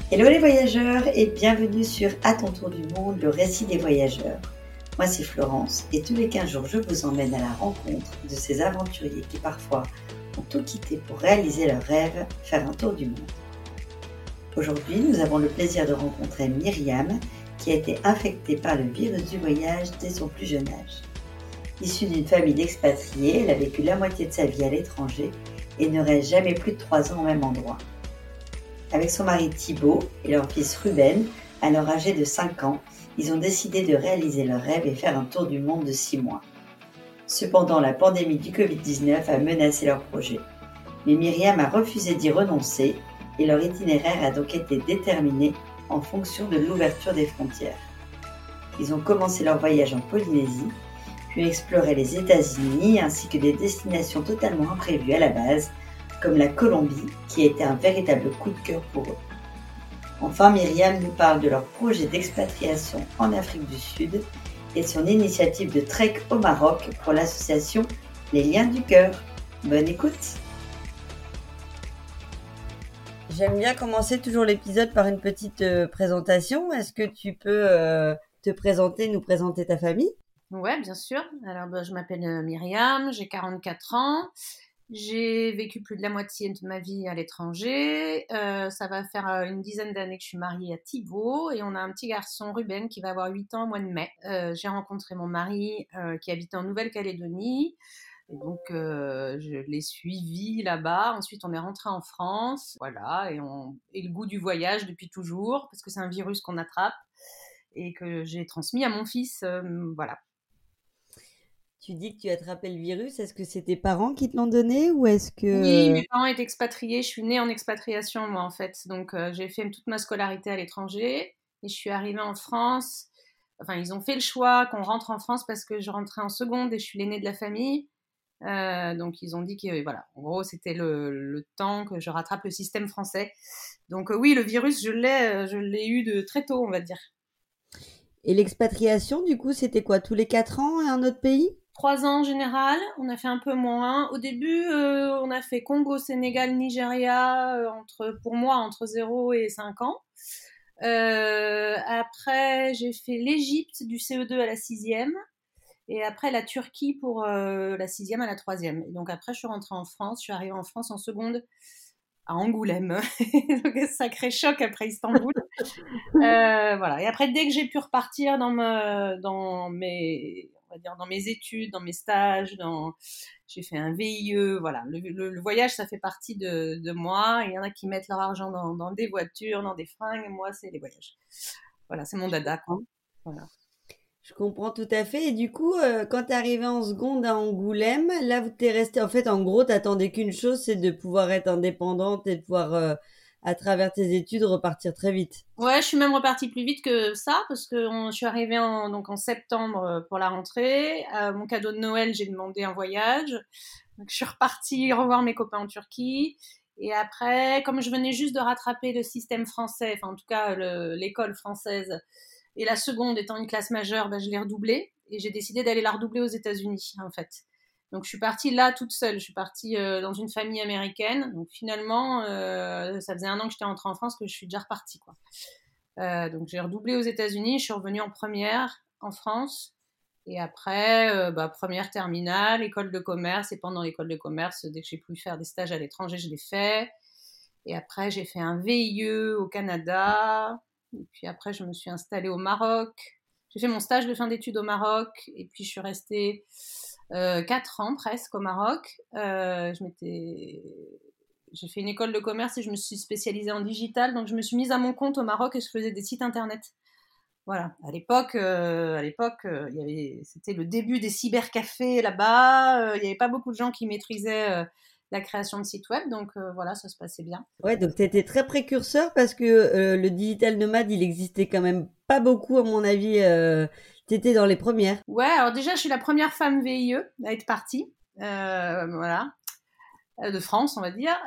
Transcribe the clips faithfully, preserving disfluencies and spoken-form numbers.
Hello les voyageurs et bienvenue sur À ton tour du monde, le récit des voyageurs. Moi c'est Florence et tous les quinze jours je vous emmène à la rencontre de ces aventuriers qui parfois ont tout quitté pour réaliser leurs rêves, faire un tour du monde. Aujourd'hui nous avons le plaisir de rencontrer Myriam qui a été infectée par le virus du voyage dès son plus jeune âge. Issue d'une famille d'expatriés, elle a vécu la moitié de sa vie à l'étranger et ne reste jamais plus de trois ans au même endroit. Avec son mari Thibaut et leur fils Ruben, alors âgé de cinq ans, ils ont décidé de réaliser leur rêve et faire un tour du monde de six mois. Cependant, la pandémie du covid dix-neuf a menacé leur projet. Mais Myriam a refusé d'y renoncer et leur itinéraire a donc été déterminé en fonction de l'ouverture des frontières. Ils ont commencé leur voyage en Polynésie, puis exploré les États-Unis ainsi que des destinations totalement imprévues à la base, comme la Colombie, qui a été un véritable coup de cœur pour eux. Enfin, Myriam nous parle de leur projet d'expatriation en Afrique du Sud et son initiative de trek au Maroc pour l'association Les Liens du Cœur. Bonne écoute! J'aime bien commencer toujours l'épisode par une petite euh, présentation. Est-ce que tu peux euh, te présenter, nous présenter ta famille? Ouais, bien sûr. Alors, bah, je m'appelle euh, Myriam, j'ai quarante-quatre ans. J'ai vécu plus de la moitié de ma vie à l'étranger. Euh, ça va faire euh, une dizaine d'années que je suis mariée à Thibaut et on a un petit garçon, Ruben, qui va avoir huit ans au mois de mai. Euh, j'ai rencontré mon mari euh, qui habite en Nouvelle-Calédonie. Et donc, euh, je l'ai suivi là-bas. Ensuite, on est rentré en France. Voilà, et, on... et le goût du voyage depuis toujours, parce que c'est un virus qu'on attrape et que j'ai transmis à mon fils. Euh, voilà. Tu dis que tu as attrapé le virus. Est-ce que c'est tes parents qui te l'ont donné ou est-ce Oui, que... mes parents étaient expatriés. Je suis née en expatriation, moi, en fait. Donc, euh, j'ai fait toute ma scolarité à l'étranger et je suis arrivée en France. Enfin, ils ont fait le choix qu'on rentre en France parce que je rentrais en seconde et je suis l'aînée de la famille. Euh, donc, ils ont dit que, voilà, en gros, c'était le, le temps que je rattrape le système français. Donc, euh, oui, le virus, je l'ai, je l'ai eu de très tôt, on va dire. Et l'expatriation, du coup, c'était quoi? Tous les quatre ans à un autre pays? Trois ans en général, on a fait un peu moins. Au début, euh, on a fait Congo, Sénégal, Nigeria, euh, entre, pour moi, entre zéro et cinq ans. Euh, après, j'ai fait l'Égypte du C E deux à la sixième. Et après, la Turquie pour euh, la sixième à la troisième. Et donc après, je suis rentrée en France. Je suis arrivée en France en seconde à Angoulême. Donc, sacré choc après Istanbul. Euh, voilà. Et après, dès que j'ai pu repartir dans, me, dans mes, on va dire, dans mes études, dans mes stages, dans, j'ai fait un V I E. Voilà. Le, le, le voyage, ça fait partie de, de moi. Il y en a qui mettent leur argent dans, dans des voitures, dans des fringues. Moi, c'est les voyages. Voilà, c'est mon dada, quoi. Voilà. Je comprends tout à fait. Et du coup, euh, quand t'es arrivé en seconde à Angoulême, là, où t'es resté, en fait, en gros, t'attendais qu'une chose, c'est de pouvoir être indépendante et de pouvoir, euh, à travers tes études, repartir très vite. Ouais, je suis même repartie plus vite que ça parce que on, je suis arrivée en, donc en septembre euh, pour la rentrée. Euh, mon cadeau de Noël, j'ai demandé un voyage. Donc, je suis repartie revoir mes copains en Turquie. Et après, comme je venais juste de rattraper le système français, enfin en tout cas le, l'école française, et la seconde étant une classe majeure, ben, je l'ai redoublée. Et j'ai décidé d'aller la redoubler aux États-Unis, en fait. Donc je suis partie là toute seule. Je suis partie euh, dans une famille américaine. Donc finalement, euh, ça faisait un an que j'étais rentrée en France que je suis déjà repartie, quoi. Euh, donc j'ai redoublé aux États-Unis. Je suis revenue en première en France. Et après, euh, bah, première terminale, école de commerce. Et pendant l'école de commerce, dès que j'ai pu faire des stages à l'étranger, je l'ai fait. Et après, j'ai fait un V I E au Canada. Et puis après, je me suis installée au Maroc. J'ai fait mon stage de fin d'études au Maroc. Et puis, je suis restée euh, quatre ans presque au Maroc. Euh, je m'étais... J'ai fait une école de commerce et je me suis spécialisée en digital. Donc, je me suis mise à mon compte au Maroc et je faisais des sites internet. Voilà. À l'époque, euh, à l'époque, euh, il y avait, c'était le début des cybercafés là-bas. Euh, il n'y avait pas beaucoup de gens qui maîtrisaient euh, la création de sites web. Donc, euh, voilà, ça se passait bien. Ouais, donc t'étais très précurseur parce que euh, le digital nomade, il existait quand même pas beaucoup, à mon avis. Euh, t'étais dans les premières. Ouais, alors déjà, je suis la première femme V I E à être partie. Euh, voilà. De France, on va dire.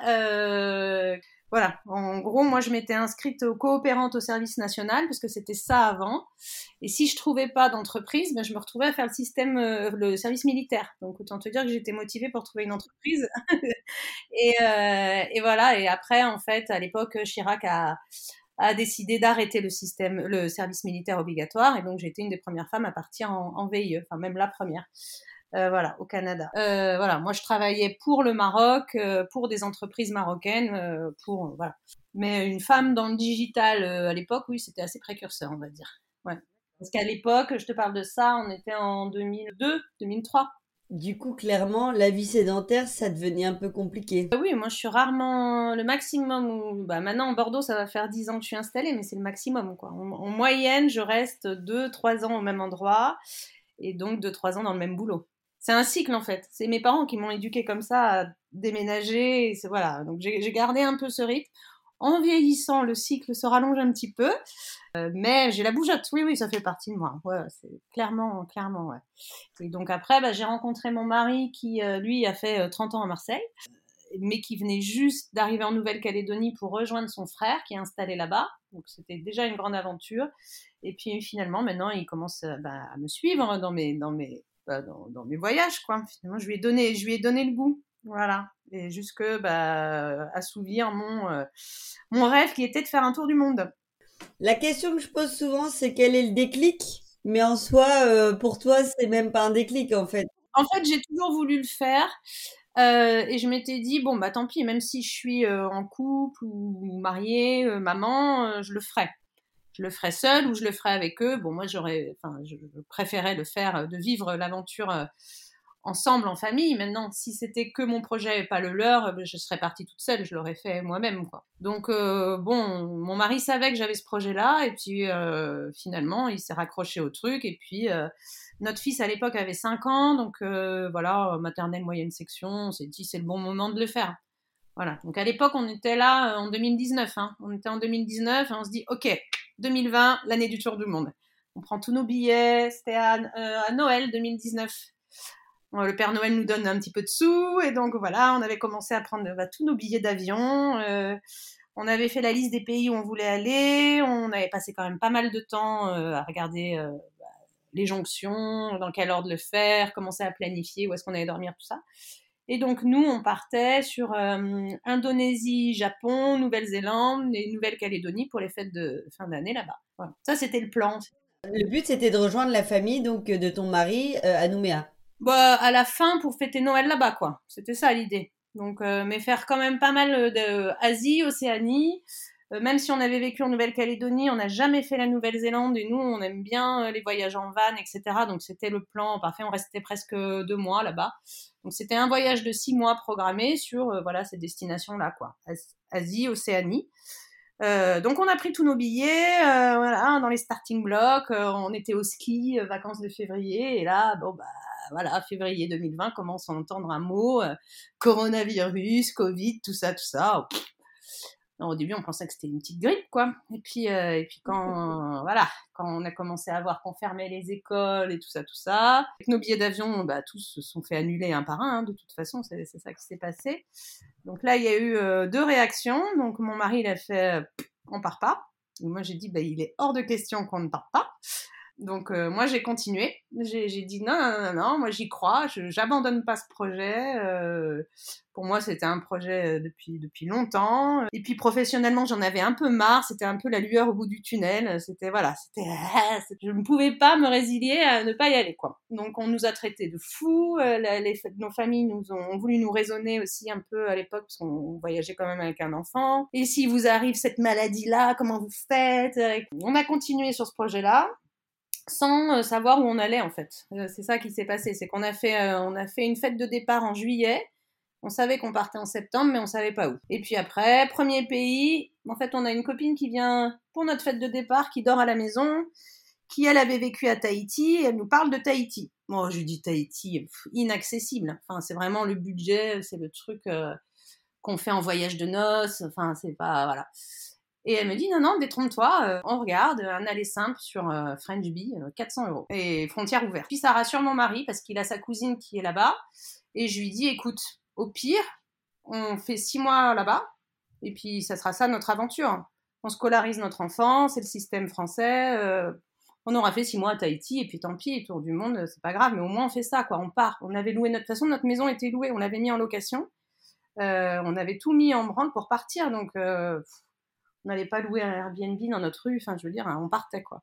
Euh, voilà, en gros, moi, je m'étais inscrite coopérante au service national, parce que c'était ça avant. Et si je trouvais pas d'entreprise, ben, je me retrouvais à faire le système, euh, le service militaire. Donc, autant te dire que j'étais motivée pour trouver une entreprise. et, euh, et voilà, et après, en fait, à l'époque, Chirac a, a décidé d'arrêter le système, le service militaire obligatoire, et donc j'ai été une des premières femmes à partir en, en V I E, enfin même la première. Euh, voilà, au Canada. Euh, voilà, moi je travaillais pour le Maroc, euh, pour des entreprises marocaines, euh, pour euh, voilà. Mais une femme dans le digital euh, à l'époque, oui, c'était assez précurseur, on va dire. Ouais. Parce qu'à l'époque, je te parle de ça, on était en deux mille deux, deux mille trois. Du coup, clairement, la vie sédentaire, ça devenait un peu compliqué. Euh, oui, moi je suis rarement le maximum. Où, bah, maintenant en Bordeaux, ça va faire dix ans que je suis installée, mais c'est le maximum, quoi. En, en moyenne, je reste deux trois ans au même endroit, et donc deux trois ans dans le même boulot. C'est un cycle en fait. C'est mes parents qui m'ont éduquée comme ça à déménager. Et c'est, voilà. Donc j'ai, j'ai gardé un peu ce rythme. En vieillissant, le cycle se rallonge un petit peu, euh, mais j'ai la bougeotte. Oui, oui, ça fait partie de moi. Ouais, c'est clairement, clairement, ouais. Et donc après, bah, j'ai rencontré mon mari qui, euh, lui, a fait euh, trente ans à Marseille, mais qui venait juste d'arriver en Nouvelle-Calédonie pour rejoindre son frère qui est installé là-bas. Donc c'était déjà une grande aventure. Et puis finalement, maintenant, il commence euh, bah, à me suivre dans mes, dans mes dans, dans mes voyages, quoi. Finalement, je lui ai donné, je lui ai donné le goût, voilà, et jusque bah, assouvir mon euh, mon rêve qui était de faire un tour du monde. La question que je pose souvent, c'est quel est le déclic? Mais en soi, euh, pour toi, c'est même pas un déclic, en fait. En fait, j'ai toujours voulu le faire. Euh, et je m'étais dit, bon, bah tant pis, même si je suis euh, en couple ou mariée, euh, maman, euh, je le ferai. Je le ferai seule ou je le ferai avec eux. Bon, moi, j'aurais, enfin, je, je préférais le faire, de vivre l'aventure euh, ensemble, en famille. Maintenant, si c'était que mon projet et pas le leur, je serais partie toute seule, je l'aurais fait moi-même, quoi. Donc, euh, bon, mon mari savait que j'avais ce projet-là, et puis euh, finalement, il s'est raccroché au truc, et puis euh, notre fils à l'époque avait cinq ans, donc euh, voilà, maternelle, moyenne section, on s'est dit c'est le bon moment de le faire. Voilà, donc à l'époque, on était là euh, en deux mille dix-neuf, hein. On était en deux mille dix-neuf, et on se dit, ok, deux mille vingt, l'année du tour du monde. On prend tous nos billets, c'était à, euh, à Noël deux mille dix-neuf. Le Père Noël nous donne un petit peu de sous, et donc voilà, on avait commencé à prendre bah, tous nos billets d'avion. Euh, on avait fait la liste des pays où on voulait aller. On avait passé quand même pas mal de temps euh, à regarder euh, bah, les jonctions, dans quel ordre le faire, commencer à planifier où est-ce qu'on allait dormir, tout ça. Et donc nous, on partait sur euh, Indonésie, Japon, Nouvelle-Zélande et Nouvelle-Calédonie pour les fêtes de fin d'année là-bas. Voilà. Ça, c'était le plan. Le but, c'était de rejoindre la famille donc de ton mari euh, à Nouméa. Bah, à la fin, pour fêter Noël là-bas, quoi. C'était ça l'idée. Donc, euh, mais faire quand même pas mal d'Asie, Océanie. Euh, même si on avait vécu en Nouvelle-Calédonie, on n'a jamais fait la Nouvelle-Zélande, et nous, on aime bien euh, les voyages en van, et cetera. Donc, c'était le plan parfait. On restait presque deux mois là-bas. Donc, c'était un voyage de six mois programmé sur euh, voilà, ces destinations-là, quoi. Asie, Océanie. Euh, donc on a pris tous nos billets, euh, voilà, dans les starting blocks. Euh, on était au ski, euh, vacances de février, et là, bon bah voilà, février deux mille vingt, commence à entendre un mot, euh, coronavirus, Covid, tout ça, tout ça. Pff. Non, au début, on pensait que c'était une petite grippe, quoi. Et puis, euh, et puis quand, euh, voilà, quand on a commencé à voir qu'on fermait les écoles et tout ça, tout ça, avec nos billets d'avion, bah, tous se sont fait annuler un par un, hein, de toute façon, c'est, c'est ça qui s'est passé. Donc là, il y a eu euh, deux réactions. Donc mon mari, il a fait, euh, on part pas. Et moi, j'ai dit, bah, il est hors de question qu'on ne parte pas. Donc euh, moi j'ai continué, j'ai, j'ai dit non, non, non, non, moi j'y crois, je, j'abandonne pas ce projet. Euh, pour moi c'était un projet depuis, depuis longtemps. Et puis professionnellement j'en avais un peu marre, c'était un peu la lueur au bout du tunnel. C'était voilà, c'était, je ne pouvais pas me résilier à ne pas y aller, quoi. Donc on nous a traités de fous, euh, les, les, nos familles nous ont, ont voulu nous raisonner aussi un peu à l'époque parce qu'on voyageait quand même avec un enfant. Et si vous arrive cette maladie-là, comment vous faites? On a continué sur ce projet-là, sans savoir où on allait, en fait. C'est ça qui s'est passé, c'est qu'on a fait, euh, on a fait une fête de départ en juillet, on savait qu'on partait en septembre, mais on savait pas où. Et puis après, premier pays, en fait, on a une copine qui vient pour notre fête de départ, qui dort à la maison, qui, elle, avait vécu à Tahiti, et elle nous parle de Tahiti. Moi, je lui dis Tahiti, pff, inaccessible. Enfin, c'est vraiment le budget, c'est le truc euh, qu'on fait en voyage de noces, enfin, c'est pas, voilà. Et elle me dit, non, non, détrompe-toi, euh, on regarde, un aller simple sur euh, French Bee, euh, quatre cents euros. Et frontière ouverte. Puis ça rassure mon mari, parce qu'il a sa cousine qui est là-bas. Et je lui dis, écoute, au pire, on fait six mois là-bas, et puis ça sera ça notre aventure. On scolarise notre enfant, c'est le système français, euh, on aura fait six mois à Tahiti, et puis tant pis, tour du monde, c'est pas grave, mais au moins on fait ça, quoi, on part. On avait loué, notre, de toute façon, notre maison était louée, on l'avait mis en location, euh, on avait tout mis en branle pour partir, donc... Euh, On n'allait pas louer un Airbnb dans notre rue. Enfin, je veux dire, on partait, quoi.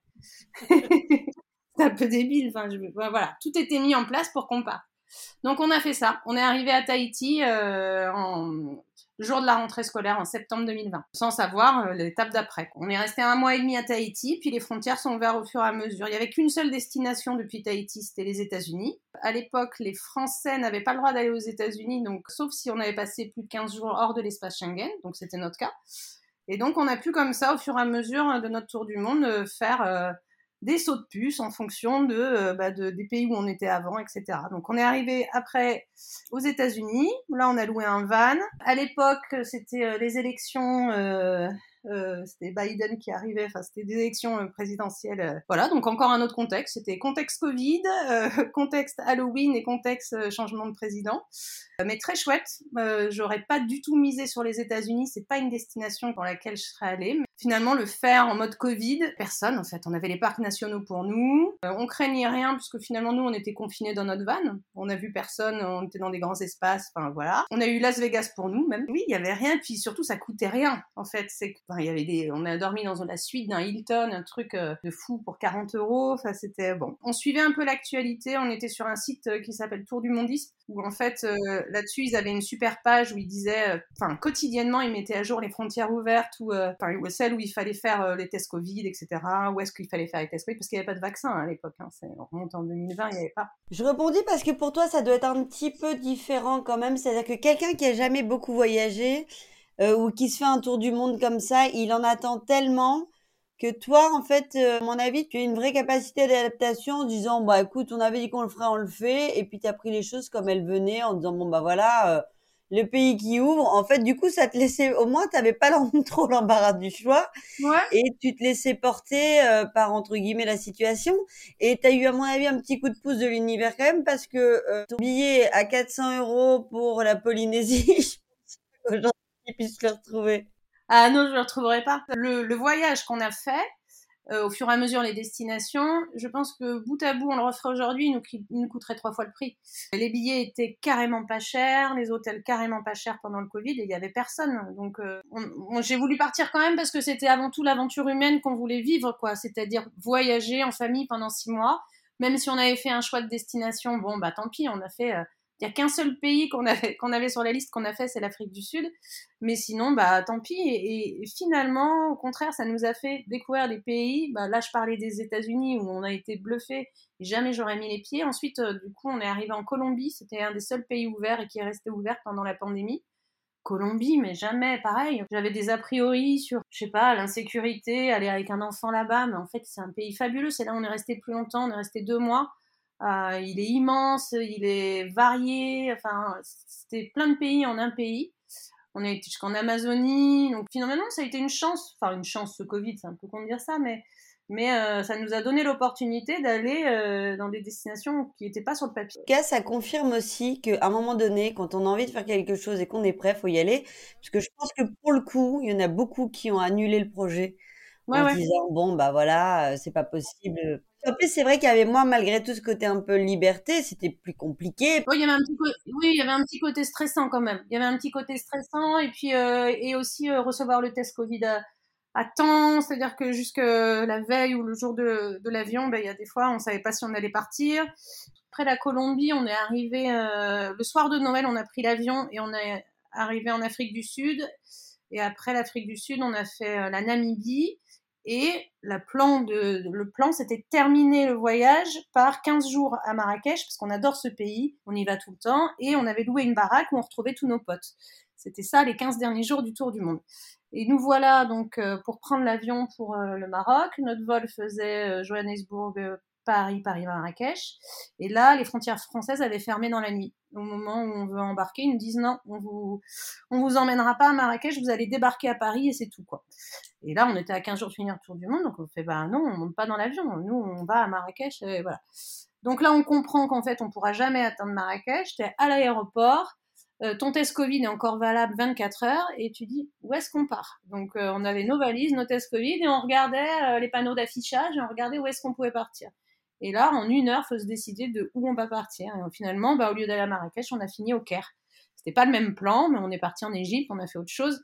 C'est un peu débile. Enfin, je... voilà, tout était mis en place pour qu'on parte. Donc, on a fait ça. On est arrivé à Tahiti euh, en... le jour de la rentrée scolaire en septembre deux mille vingt, sans savoir euh, l'étape d'après. On est resté un mois et demi à Tahiti, puis les frontières sont ouvertes au fur et à mesure. Il n'y avait qu'une seule destination depuis Tahiti, c'était les États-Unis. À l'époque, les Français n'avaient pas le droit d'aller aux États-Unis, donc sauf si on avait passé plus de quinze jours hors de l'espace Schengen, donc c'était notre cas. Et donc, on a pu comme ça, au fur et à mesure de notre tour du monde, euh, faire... Euh, des sauts de puce en fonction de, euh, bah de, des pays où on était avant, et cetera. Donc, on est arrivé après aux États-Unis. Là, on a loué un van. À l'époque, c'était euh, les élections... Euh, Euh, c'était Biden qui arrivait, enfin c'était des élections euh, présidentielles. Euh, voilà, donc encore un autre contexte. C'était contexte Covid, euh, contexte Halloween et contexte euh, changement de président. Euh, mais très chouette. Euh, j'aurais pas du tout misé sur les États-Unis. C'est pas une destination pour laquelle je serais allée. Mais finalement, le faire en mode Covid, personne en fait. On avait les parcs nationaux pour nous. Euh, on craignait rien puisque finalement nous on était confinés dans notre van. On a vu personne. On était dans des grands espaces. Enfin voilà. On a eu Las Vegas pour nous même. Oui, il y avait rien. Puis surtout ça coûtait rien en fait. C'est que enfin, il y avait des. On a dormi dans la suite d'un Hilton, un truc euh, de fou pour quarante euros. Enfin c'était bon. On suivait un peu l'actualité. On était sur un site euh, qui s'appelle Tour du Mondisme où en fait euh, là-dessus ils avaient une super page où ils disaient, enfin euh, quotidiennement ils mettaient à jour les frontières ouvertes ou euh, celles où il fallait faire euh, les tests Covid, et cetera. Où est-ce qu'il fallait faire les tests Covid parce qu'il n'y avait pas de vaccin hein, à l'époque. Hein. C'est, on remonte en deux mille vingt, il n'y avait pas. Je rebondis parce que pour toi ça doit être un petit peu différent quand même. C'est-à-dire que quelqu'un qui a jamais beaucoup voyagé euh, ou qui se fait un tour du monde comme ça, il en attend tellement que toi, en fait, euh, à mon avis, tu as une vraie capacité d'adaptation en disant, bah écoute, on avait dit qu'on le ferait, on le fait, et puis tu as pris les choses comme elles venaient en disant, bon bah voilà, euh, le pays qui ouvre, en fait, du coup, ça te laissait, au moins, tu n'avais pas trop l'embarras du choix, Ouais. et tu te laissais porter euh, par, entre guillemets, la situation, et tu as eu, à mon avis, un petit coup de pouce de l'univers quand même, parce que euh, ton billet à quatre cents euros pour la Polynésie, je pense pas qu'aujourd'hui, tu puisses le retrouver. Ah non, je ne le retrouverai pas. Le, le voyage qu'on a fait, euh, au fur et à mesure les destinations, je pense que bout à bout, on le referait aujourd'hui, il nous, il nous coûterait trois fois le prix. Les billets étaient carrément pas chers, les hôtels carrément pas chers pendant le Covid, et il y avait personne. Donc, euh, on, on, j'ai voulu partir quand même parce que c'était avant tout l'aventure humaine qu'on voulait vivre, quoi. C'est-à-dire voyager en famille pendant six mois. Même si on avait fait un choix de destination, bon, bah tant pis, on a fait... Euh, il n'y a qu'un seul pays qu'on avait, qu'on avait sur la liste qu'on a fait, c'est l'Afrique du Sud. Mais sinon, bah, tant pis. Et, et finalement, au contraire, ça nous a fait découvrir des pays. Bah, là, je parlais des États-Unis où on a été bluffés. Et jamais j'aurais mis les pieds. Ensuite, euh, du coup, on est arrivé en Colombie. C'était un des seuls pays ouverts et qui est resté ouvert pendant la pandémie. Colombie, mais jamais, pareil. J'avais des a priori sur, je sais pas, l'insécurité, aller avec un enfant là-bas. Mais en fait, c'est un pays fabuleux. C'est là où on est resté plus longtemps. On est resté deux mois. Euh, il est immense, il est varié, enfin, c'était plein de pays en un pays. On a été jusqu'en Amazonie, donc finalement, ça a été une chance, enfin une chance ce Covid, c'est un peu con de dire ça, mais, mais euh, ça nous a donné l'opportunité d'aller euh, dans des destinations qui n'étaient pas sur le papier. En tout cas, ça confirme aussi qu'à un moment donné, quand on a envie de faire quelque chose et qu'on est prêt, il faut y aller. Parce que je pense que pour le coup, il y en a beaucoup qui ont annulé le projet ouais, en ouais. se disant, bon, bah voilà, c'est pas possible. En plus, c'est vrai qu'il y avait moi, malgré tout ce côté un peu liberté, c'était plus compliqué. Oui, il y avait un petit côté, oui, il y avait un petit côté stressant quand même. Il y avait un petit côté stressant et puis euh, et aussi euh, recevoir le test Covid à, à temps, c'est-à-dire que jusque la veille ou le jour de, de l'avion, ben, il y a des fois, on savait pas si on allait partir. Après la Colombie, on est arrivé euh, le soir de Noël, on a pris l'avion et on est arrivé en Afrique du Sud. Et après l'Afrique du Sud, on a fait euh, la Namibie. Et la plan de, le plan, c'était terminer le voyage par quinze jours à Marrakech, parce qu'on adore ce pays, on y va tout le temps, et on avait loué une baraque où on retrouvait tous nos potes. C'était ça, les quinze derniers jours du tour du monde. Et nous voilà donc euh, pour prendre l'avion pour euh, le Maroc. Notre vol faisait euh, Johannesburg, euh, Paris, Paris-Marrakech. Et là, les frontières françaises avaient fermé dans la nuit. Au moment où on veut embarquer, ils nous disent non, on vous, on vous emmènera pas à Marrakech, vous allez débarquer à Paris et c'est tout, quoi. Et là, on était à quinze jours de finir le tour du monde, donc on fait, bah non, on monte pas dans l'avion, nous, on va à Marrakech, et voilà. Donc là, on comprend qu'en fait, on pourra jamais atteindre Marrakech, t'es à l'aéroport, euh, ton test Covid est encore valable vingt-quatre heures, et tu dis, où est-ce qu'on part? Donc, euh, on avait nos valises, nos tests Covid, et on regardait euh, les panneaux d'affichage, et on regardait où est-ce qu'on pouvait partir. Et là, en une heure, il faut se décider de où on va partir. Et finalement, bah, au lieu d'aller à Marrakech, on a fini au Caire. C'était pas le même plan, mais on est parti en Égypte, on a fait autre chose.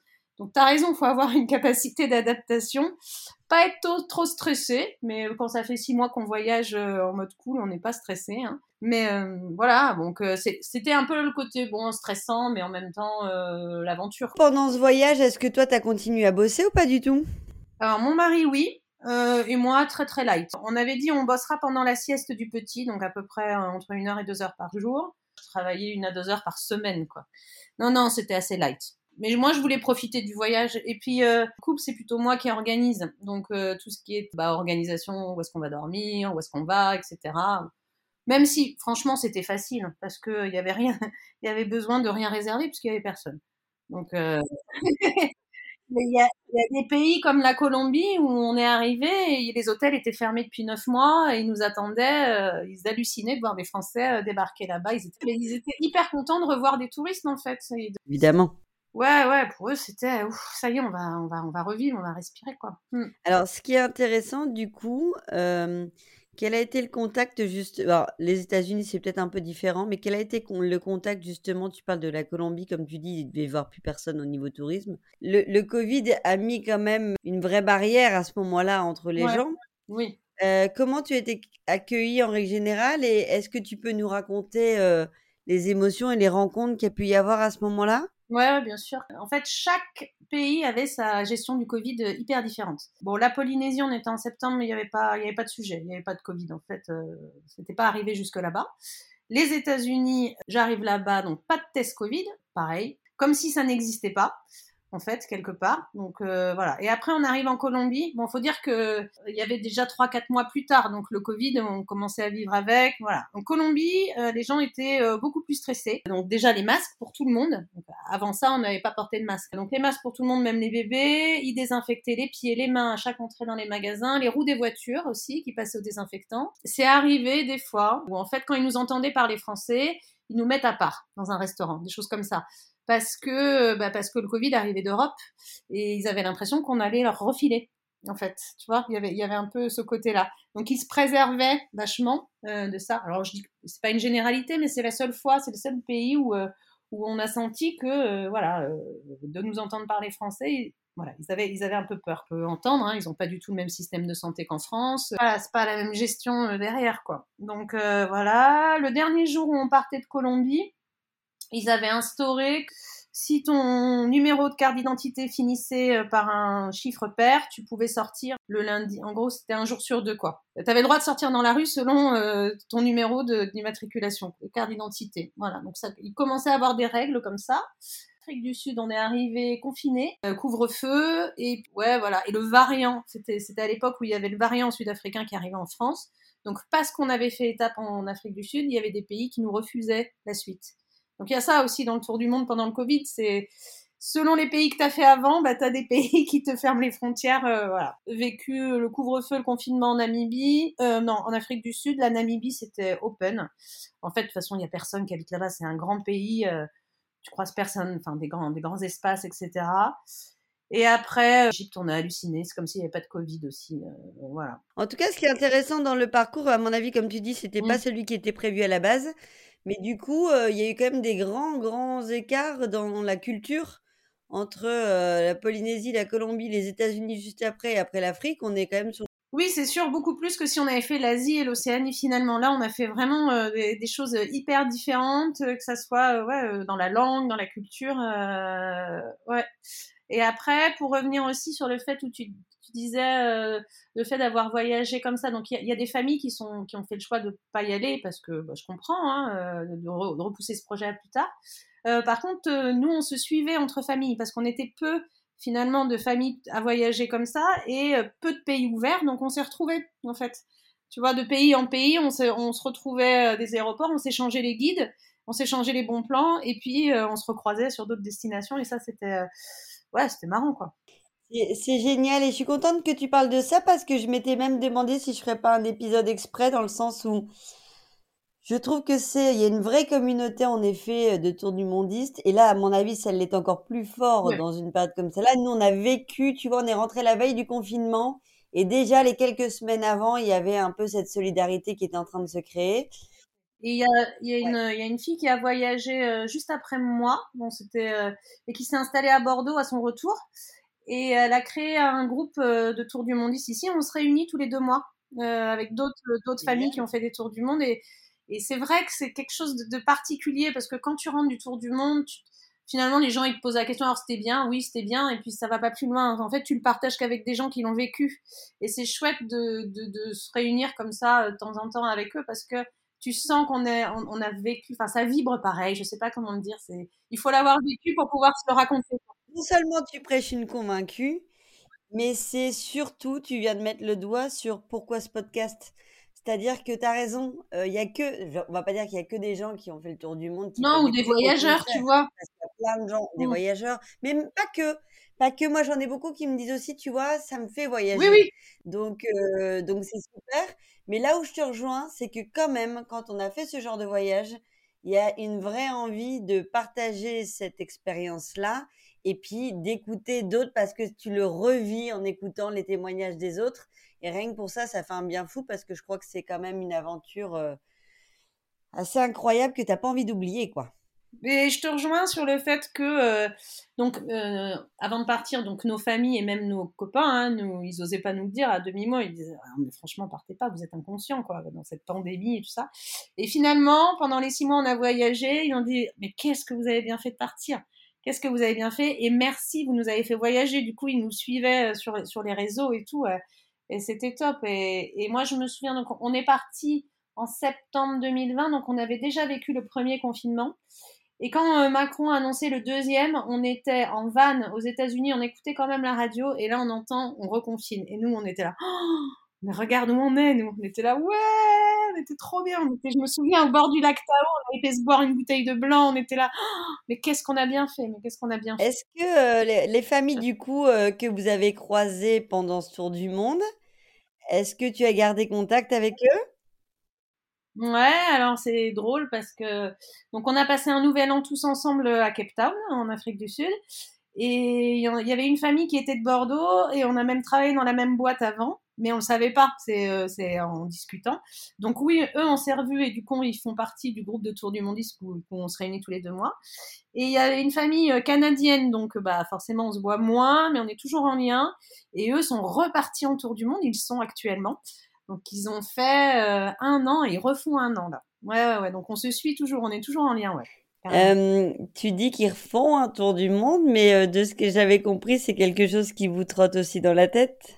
Donc t'as raison, faut avoir une capacité d'adaptation, pas être trop, trop stressé, mais quand ça fait six mois qu'on voyage euh, en mode cool, on n'est pas stressé. Hein. Mais euh, voilà, donc euh, c'est, c'était un peu le côté bon stressant, mais en même temps euh, l'aventure. Pendant ce voyage, est-ce que toi, t'as continué à bosser ou pas du tout? Alors mon mari, oui. Euh, et moi, très très light. On avait dit on bossera pendant la sieste du petit, donc à peu près euh, entre une heure et deux heures par jour. Je travaillais une à deux heures par semaine, quoi. Non, non, c'était assez light. Mais moi, je voulais profiter du voyage. Et puis, euh, couple, c'est plutôt moi qui organise. Donc, euh, tout ce qui est bah, organisation, où est-ce qu'on va dormir, où est-ce qu'on va, et cetera. Même si, franchement, c'était facile, parce qu'il y avait rien, il y avait besoin de rien réserver, puisqu'il y avait personne. Donc, euh... Mais il y a, il y a des pays comme la Colombie où on est arrivé et les hôtels étaient fermés depuis neuf mois et ils nous attendaient. Euh, ils hallucinaient de voir des Français euh, débarquer là-bas. Ils étaient, ils étaient hyper contents de revoir des touristes en fait. Et de- Évidemment. Ouais, ouais, pour eux c'était ouf, ça y est, on va, on va, on va revivre, on va respirer quoi. Hmm. Alors, ce qui est intéressant, du coup, euh, quel a été le contact juste... Alors, les États-Unis, c'est peut-être un peu différent, mais quel a été con- le contact justement? Tu parles de la Colombie, comme tu dis, il devait y voir plus personne au niveau tourisme. Le, le Covid a mis quand même une vraie barrière à ce moment-là entre les Ouais, gens. oui. Euh, comment tu as été accueilli en règle générale et est-ce que tu peux nous raconter euh, les émotions et les rencontres qu'il y a pu y avoir à ce moment-là? Ouais, ouais, bien sûr. En fait, chaque pays avait sa gestion du Covid euh, hyper différente. Bon, la Polynésie, on était en septembre, mais il n'y avait pas, il y avait pas de sujet, il n'y avait pas de Covid. En fait, euh, c'était pas arrivé jusque là-bas. Les États-Unis, j'arrive là-bas, donc pas de test Covid, pareil, comme si ça n'existait pas, en fait, quelque part. Donc euh, voilà. Et après, on arrive en Colombie. Bon, faut dire que euh, il y avait déjà trois, quatre mois plus tard, donc le Covid, on commençait à vivre avec. Voilà. En Colombie, euh, les gens étaient euh, beaucoup plus stressés. Donc déjà les masques pour tout le monde. Donc, avant ça, on n'avait pas porté de masque. Donc les masques pour tout le monde, même les bébés. Ils désinfectaient les pieds, les mains à chaque entrée dans les magasins, les roues des voitures aussi qui passaient au désinfectant. C'est arrivé des fois où en fait, quand ils nous entendaient parler français, ils nous mettent à part dans un restaurant, des choses comme ça. Parce que, bah, parce que le Covid arrivait d'Europe et ils avaient l'impression qu'on allait leur refiler. En fait, tu vois, il y avait, il y avait un peu ce côté-là. Donc, ils se préservaient vachement euh, de ça. Alors, je dis, c'est pas une généralité, mais c'est la seule fois, c'est le seul pays où euh, où on a senti que, euh, voilà, euh, de nous entendre parler français, voilà, ils avaient, ils avaient un peu peur. On peut entendre, hein, ils n'ont pas du tout le même système de santé qu'en France. Voilà, c'est pas la même gestion euh, derrière, quoi. Donc euh, voilà, le dernier jour où on partait de Colombie, ils avaient instauré si ton numéro de carte d'identité finissait par un chiffre pair, tu pouvais sortir le lundi. En gros, c'était un jour sur deux, quoi. Tu avais le droit de sortir dans la rue selon euh, ton numéro de, d'immatriculation, de carte d'identité. Voilà, donc ça, il commençait à avoir des règles comme ça. Afrique du Sud, on est arrivé confiné, euh, couvre-feu, et ouais, voilà. Et le variant, c'était, c'était à l'époque où il y avait le variant sud-africain qui arrivait en France. Donc, parce qu'on avait fait étape en Afrique du Sud, il y avait des pays qui nous refusaient la suite. Donc il y a ça aussi dans le tour du monde pendant le Covid, c'est selon les pays que tu as fait avant, bah, tu as des pays qui te ferment les frontières. Euh, voilà. Vécu le couvre-feu, le confinement en Namibie, euh, non, en Afrique du Sud, la Namibie c'était open. En fait, de toute façon, il n'y a personne qui habite là-bas, c'est un grand pays, euh, tu croises personne, enfin des grands, des grands espaces, et cetera. Et après, Égypte, on a halluciné, c'est comme s'il n'y avait pas de Covid aussi. Euh, voilà. En tout cas, ce qui est intéressant dans le parcours, à mon avis, comme tu dis, c'était pas Mm. celui qui était prévu à la base. Mais du coup, euh, il y a eu quand même des grands, grands écarts dans la culture entre euh, la Polynésie, la Colombie, les États-Unis juste après et après l'Afrique. On est quand même sur... Oui, c'est sûr, beaucoup plus que si on avait fait l'Asie et l'Océanie finalement. Là, on a fait vraiment euh, des, des choses hyper différentes, euh, que ça soit euh, ouais, euh, dans la langue, dans la culture. Euh, ouais. Et après, pour revenir aussi sur le fait où tu, tu disais euh, le fait d'avoir voyagé comme ça, donc il y, y a des familles qui sont qui ont fait le choix de pas y aller parce que bah, je comprends, hein, euh, de, re, de repousser ce projet à plus tard. Euh, par contre, euh, nous, on se suivait entre familles parce qu'on était peu finalement de familles à voyager comme ça et euh, peu de pays ouverts, donc on s'est retrouvés en fait. Tu vois, de pays en pays, on se, on se retrouvait euh, des aéroports, on s'échangeait les guides, on s'échangeait les bons plans et puis euh, on se recroisait sur d'autres destinations et ça c'était euh, ouais, c'était marrant quoi. C'est c'est génial et je suis contente que tu parles de ça parce que je m'étais même demandé si je ferais pas un épisode exprès dans le sens où je trouve que c'est, il y a une vraie communauté en effet de tour du mondiste et là, à mon avis, ça l'est encore plus fort Ouais. dans une période comme celle-là. Nous, on a vécu, tu vois, on est rentré la veille du confinement et déjà les quelques semaines avant, il y avait un peu cette solidarité qui était en train de se créer. Et il y a, il y a une, il y a une fille qui a voyagé euh, juste après moi, bon, c'était, euh, et qui s'est installée à Bordeaux à son retour. Et elle a créé un groupe euh, de tours du monde ici. On se réunit tous les deux mois euh, avec d'autres, d'autres familles qui ont fait des tours du monde. Et, et c'est vrai que c'est quelque chose de, de particulier parce que quand tu rentres du tour du monde, tu, finalement, les gens ils te posent la question, alors c'était bien, oui, c'était bien, et puis ça va pas plus loin. En fait, tu le partages qu'avec des gens qui l'ont vécu. Et c'est chouette de, de, de se réunir comme ça de temps en temps avec eux parce que tu sens qu'on est, on, on a vécu, enfin, ça vibre pareil, je sais pas comment le dire, c'est, il faut l'avoir vécu pour pouvoir se le raconter. Non seulement tu prêches une convaincue, mais c'est surtout, tu viens de mettre le doigt sur pourquoi ce podcast. C'est-à-dire que tu as raison, il y a que, on va pas dire qu'il y a que des gens qui ont fait le tour du monde qui Non, peuvent ou des écouter, au voyageurs, tu contraire, vois. parce qu'il y a plein de gens, des Mm. voyageurs, mais pas que, pas que. Moi, j'en ai beaucoup qui me disent aussi, tu vois, ça me fait voyager. Oui, oui. Donc, euh, donc c'est super. Mais là où je te rejoins, c'est que quand même, quand on a fait ce genre de voyage, il y a une vraie envie de partager cette expérience-là et puis d'écouter d'autres parce que tu le revis en écoutant les témoignages des autres. Et rien que pour ça, ça fait un bien fou parce que je crois que c'est quand même une aventure euh, assez incroyable que tu n'as pas envie d'oublier, quoi. Et je te rejoins sur le fait que, euh, donc, euh, avant de partir, donc nos familles et même nos copains, hein, nous, ils osaient pas nous le dire à demi-mot. Ils disaient, ah, mais franchement, partez pas, vous êtes inconscients, quoi, dans cette pandémie et tout ça. Et finalement, pendant les six mois, on a voyagé. Ils ont dit, mais qu'est-ce que vous avez bien fait de partir? Qu'est-ce que vous avez bien fait? Et merci, vous nous avez fait voyager. Du coup, ils nous suivaient sur, sur les réseaux et tout. Euh, et c'était top. Et, et moi, je me souviens, donc, on est parti en septembre deux mille vingt, donc on avait déjà vécu le premier confinement. Et quand euh, Macron a annoncé le deuxième, on était en van aux États-Unis, on écoutait quand même la radio, et là on entend, on reconfine. Et nous, on était là, oh, mais regarde où on est, nous. On était là, ouais, on était trop bien. On était, je me souviens, au bord du lac Tao, on avait fait se boire une bouteille de blanc, on était là, oh, mais qu'est-ce qu'on a bien fait, mais qu'est-ce qu'on a bien fait. Est-ce que euh, les, les familles du coup euh, que vous avez croisées pendant ce tour du monde, est-ce que tu as gardé contact avec eux? Ouais, alors c'est drôle parce que donc on a passé un nouvel an tous ensemble à Cape Town, en Afrique du Sud. Et il y avait une famille qui était de Bordeaux et on a même travaillé dans la même boîte avant, mais on le savait pas, c'est, euh, c'est en discutant. Donc oui, eux, on s'est revus et du coup, ils font partie du groupe de Tour du Mondisme où, où on se réunit tous les deux mois. Et il y a une famille canadienne, donc bah forcément, on se voit moins, mais on est toujours en lien. Et eux sont repartis en Tour du Monde, ils sont actuellement. Donc ils ont fait euh, un an et ils refont un an là. Ouais, ouais, ouais. Donc on se suit toujours, on est toujours en lien, ouais. Euh, tu dis qu'ils refont un tour du monde, mais euh, de ce que j'avais compris, c'est quelque chose qui vous trotte aussi dans la tête?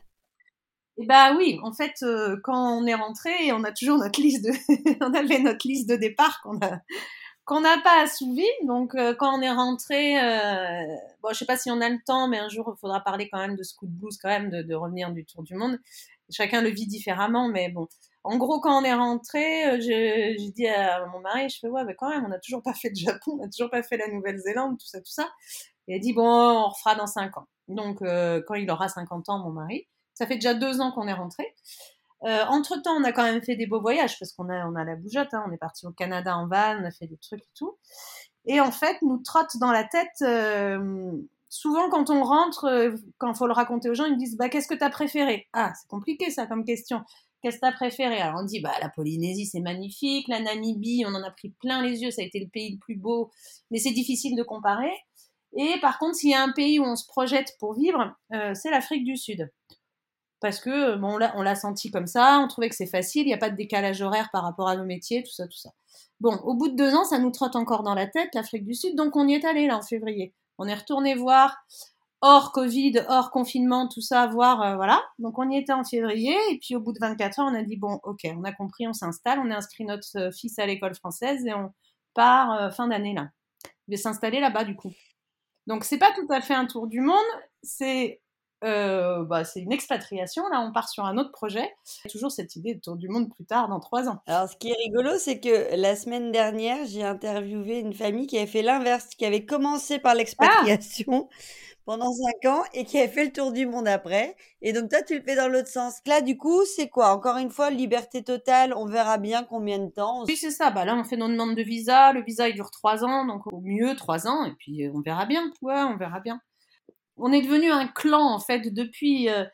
Et bah oui, en fait, euh, quand on est rentré, on a toujours notre liste de, on avait notre liste de départ qu'on a, qu'on n'a pas assouvi. Donc euh, quand on est rentré, euh, bon, je sais pas si on a le temps, mais un jour il faudra parler quand même de Scoot Blues, quand même, de, de revenir du tour du monde. Chacun le vit différemment, mais bon. En gros, quand on est rentré, euh, j'ai, j'ai dit à mon mari, je fais ouais, mais quand même, on n'a toujours pas fait le Japon, on n'a toujours pas fait la Nouvelle-Zélande, tout ça, tout ça. Et elle dit bon, on refera dans cinq ans. Donc euh, quand il aura cinquante ans, mon mari, ça fait déjà deux ans qu'on est rentré. Euh, entre temps, on a quand même fait des beaux voyages parce qu'on a, on a la bougeotte. Hein, on est parti au Canada en van, on a fait des trucs et tout. Et en fait, nous trotte dans la tête. Euh, souvent, quand on rentre, euh, quand il faut le raconter aux gens, ils me disent bah qu'est-ce que t'as préféré? Ah, c'est compliqué ça comme question. Qu'est-ce que t'as préféré? Alors on dit bah la Polynésie c'est magnifique, la Namibie on en a pris plein les yeux, ça a été le pays le plus beau, mais c'est difficile de comparer. Et par contre, s'il y a un pays où on se projette pour vivre, euh, c'est l'Afrique du Sud. Parce que bon, on l'a, on l'a senti comme ça, on trouvait que c'est facile, il n'y a pas de décalage horaire par rapport à nos métiers, tout ça, tout ça. Bon, au bout de deux ans, ça nous trotte encore dans la tête, l'Afrique du Sud, donc on y est allé là en février. On est retourné voir, hors Covid, hors confinement, tout ça, voir, euh, voilà. Donc on y était en février, et puis au bout de vingt-quatre heures, on a dit, bon, ok, on a compris, on s'installe, on a inscrit notre fils à l'école française, et on part euh, fin d'année là. Il va s'installer là-bas du coup. Donc c'est pas tout à fait un tour du monde, c'est euh, bah, c'est une expatriation. Là, on part sur un autre projet. Toujours cette idée de tour du monde plus tard, dans trois ans. Alors, ce qui est rigolo, c'est que la semaine dernière, j'ai interviewé une famille qui avait fait l'inverse, qui avait commencé par l'expatriation ah pendant cinq ans et qui avait fait le tour du monde après. Et donc, toi, tu le fais dans l'autre sens. Là, du coup, c'est quoi? Encore une fois, liberté totale. On verra bien combien de temps. Oui, c'est ça. Bah, là, on fait nos demandes de visa. Le visa, il dure trois ans. Donc, au mieux, trois ans. Et puis, on verra bien. Ouais, on verra bien. On est devenu un clan, en fait, depuis... Euh,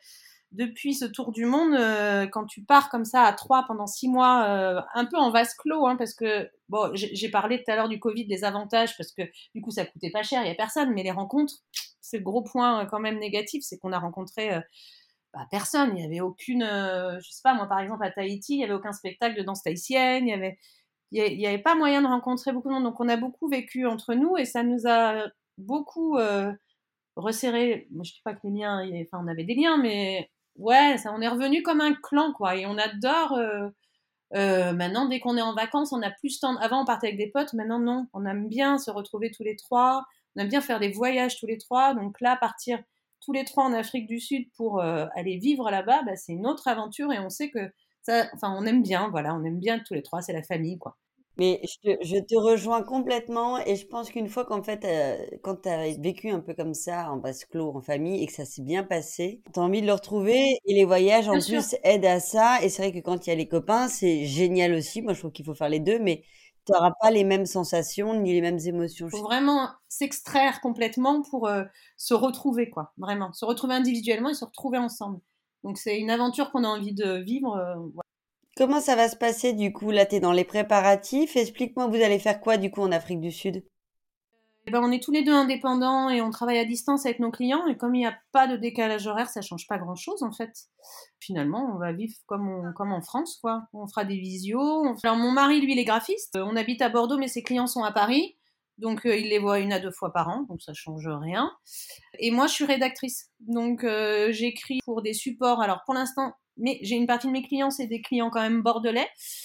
depuis ce tour du monde, euh, quand tu pars comme ça à trois pendant six mois, euh, un peu en vase clos, hein, parce que bon, j'ai, j'ai parlé tout à l'heure du Covid, des avantages, parce que du coup ça coûtait pas cher, il y a personne, mais les rencontres, c'est le gros point euh, quand même négatif, c'est qu'on a rencontré euh, bah, personne, il y avait aucune, euh, je sais pas moi par exemple à Tahiti, il y avait aucun spectacle de danse tahitienne, il y avait, il y avait pas moyen de rencontrer beaucoup de monde, donc on a beaucoup vécu entre nous et ça nous a beaucoup euh, resserré. Moi je dis pas que les liens, enfin on avait des liens, mais ouais, ça, on est revenu comme un clan, quoi. Et on adore. Euh, euh, maintenant, dès qu'on est en vacances, on a plus de temps. Avant, on partait avec des potes. Maintenant, non. On aime bien se retrouver tous les trois. On aime bien faire des voyages tous les trois. Donc là, partir tous les trois en Afrique du Sud pour euh, aller vivre là-bas, bah, c'est une autre aventure. Et on sait que ça. Enfin, on aime bien. Voilà, on aime bien tous les trois. C'est la famille, quoi. Mais je te, je te rejoins complètement et je pense qu'une fois qu'en fait, euh, quand tu as vécu un peu comme ça, en vase clos, en famille, et que ça s'est bien passé, tu as envie de le retrouver et les voyages Bien en sûr. plus aident à ça. Et c'est vrai que quand il y a les copains, c'est génial aussi. Moi, je trouve qu'il faut faire les deux, mais tu n'auras pas les mêmes sensations ni les mêmes émotions. Il faut vraiment s'extraire complètement pour euh, se retrouver, quoi. Vraiment. Se retrouver individuellement et se retrouver ensemble. Donc, c'est une aventure qu'on a envie de vivre. euh, Comment ça va se passer du coup? Là, tu es dans les préparatifs. Explique-moi, vous allez faire quoi du coup en Afrique du Sud? Eh ben, on est tous les deux indépendants et on travaille à distance avec nos clients. Et comme il n'y a pas de décalage horaire, ça change pas grand-chose en fait. Finalement, on va vivre comme, on, comme en France, quoi. On fera des visios. On... Alors mon mari, lui, il est graphiste. On habite à Bordeaux, mais ses clients sont à Paris. Donc euh, il les voit une à deux fois par an, donc ça change rien. Et moi, je suis rédactrice. Donc euh, j'écris pour des supports. Alors pour l'instant, mais j'ai une partie de mes clients, c'est des clients quand même bordelais,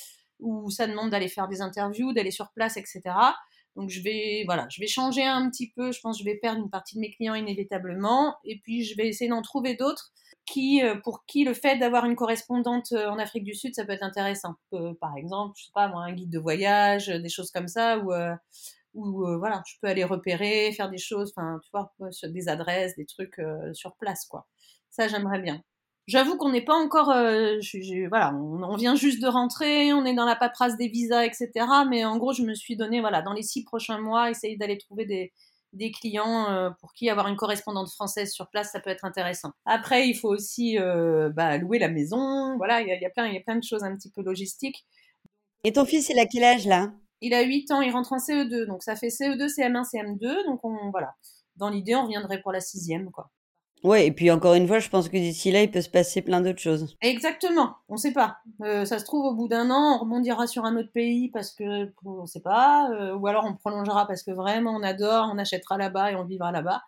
où ça demande d'aller faire des interviews, d'aller sur place, et cetera. Donc je vais, voilà, je vais changer un petit peu. Je pense que je vais perdre une partie de mes clients inévitablement, et puis je vais essayer d'en trouver d'autres qui, pour qui le fait d'avoir une correspondante en Afrique du Sud, ça peut être intéressant. Euh, par exemple, je sais pas moi, un guide de voyage, des choses comme ça, où euh, où euh, voilà, je peux aller repérer, faire des choses, enfin, tu vois, sur des adresses, des trucs euh, sur place, quoi. Ça, j'aimerais bien. J'avoue qu'on n'est pas encore, euh, je, je, voilà, on, on vient juste de rentrer, on est dans la paperasse des visas, et cetera. Mais en gros, je me suis donné, voilà, dans les six prochains mois, essayer d'aller trouver des, des clients euh, pour qui avoir une correspondante française sur place, ça peut être intéressant. Après, il faut aussi euh, bah, louer la maison, voilà, il y a, y a plein, il y a plein de choses un petit peu logistiques. Et ton fils, il a quel âge là? Il a huit ans, il rentre en C E deux, donc ça fait C E deux, C M un, C M deux, donc on, voilà. Dans l'idée, on reviendrait pour la sixième, quoi. Ouais, et puis encore une fois, je pense que d'ici là, il peut se passer plein d'autres choses. Exactement, on sait pas. Euh, ça se trouve, au bout d'un an, on rebondira sur un autre pays parce que, on sait pas, euh, ou alors on prolongera parce que vraiment on adore, on achètera là-bas et on vivra là-bas.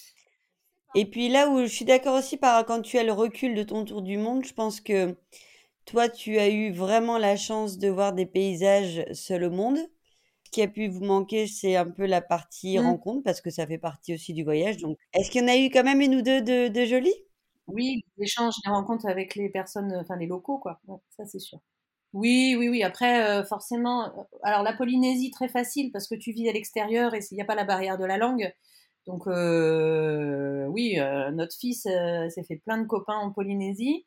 Et puis là où je suis d'accord aussi, par quand tu as le recul de ton tour du monde, je pense que toi, tu as eu vraiment la chance de voir des paysages seul au monde. Ce qui a pu vous manquer, c'est un peu la partie Mm. rencontre, parce que ça fait partie aussi du voyage. Donc, est-ce qu'il y en a eu quand même une ou deux de, de jolies? Oui, les échanges, les rencontres avec les personnes, enfin les locaux, quoi. Ouais, ça c'est sûr. Oui, oui, oui. Après, euh, forcément, euh, alors la Polynésie, très facile parce que tu vis à l'extérieur et il n'y a pas la barrière de la langue. Donc, euh, oui, euh, notre fils euh, s'est fait plein de copains en Polynésie.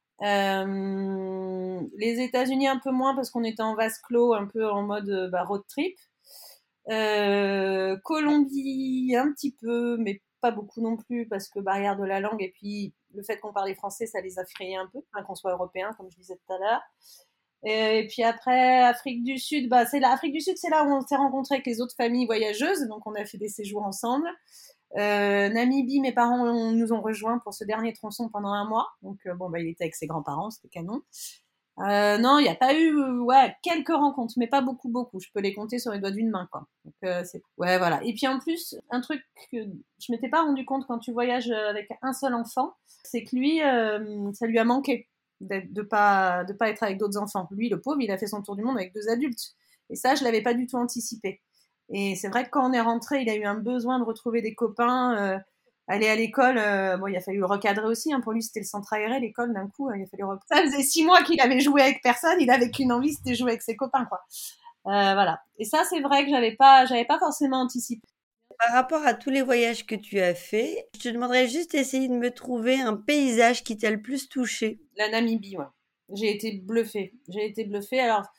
Euh, les États-Unis, un peu moins parce qu'on était en vase clos, un peu en mode euh, bah, road trip. Euh, Colombie, un petit peu, mais pas beaucoup non plus parce que barrière de la langue et puis le fait qu'on parlait français, ça les a frayés un peu, hein, qu'on soit européen, comme je disais tout à l'heure. Et puis après, Afrique du Sud, bah, c'est là, Afrique du Sud, c'est là où on s'est rencontrés avec les autres familles voyageuses, donc on a fait des séjours ensemble. Euh, Namibie, mes parents on, nous ont rejoints pour ce dernier tronçon pendant un mois, donc euh, bon, bah, il était avec ses grands-parents, c'était canon. Euh, non, il n'y a pas eu, euh, ouais, quelques rencontres, mais pas beaucoup, beaucoup. Je peux les compter sur les doigts d'une main, quoi. Donc, euh, c'est, ouais, voilà. Et puis en plus, un truc que je m'étais pas rendu compte quand tu voyages avec un seul enfant, c'est que lui, euh, ça lui a manqué de pas de pas être avec d'autres enfants. Lui, le pauvre, il a fait son tour du monde avec deux adultes. Et ça, je l'avais pas du tout anticipé. Et c'est vrai que quand on est rentré, il a eu un besoin de retrouver des copains, euh, aller à l'école. Euh, bon, il a fallu le recadrer aussi. Hein, pour lui, c'était le centre aéré, l'école. D'un coup, il a fallu. Rec... Ça faisait six mois qu'il avait joué avec personne. Il avait qu'une envie, c'était jouer avec ses copains, quoi. Euh, voilà. Et ça, c'est vrai que j'avais pas, j'avais pas forcément anticipé. Par rapport à tous les voyages que tu as faits, je te demanderais juste d'essayer de me trouver un paysage qui t'a le plus touché. La Namibie, ouais. J'ai été bluffée. J'ai été bluffée. Alors,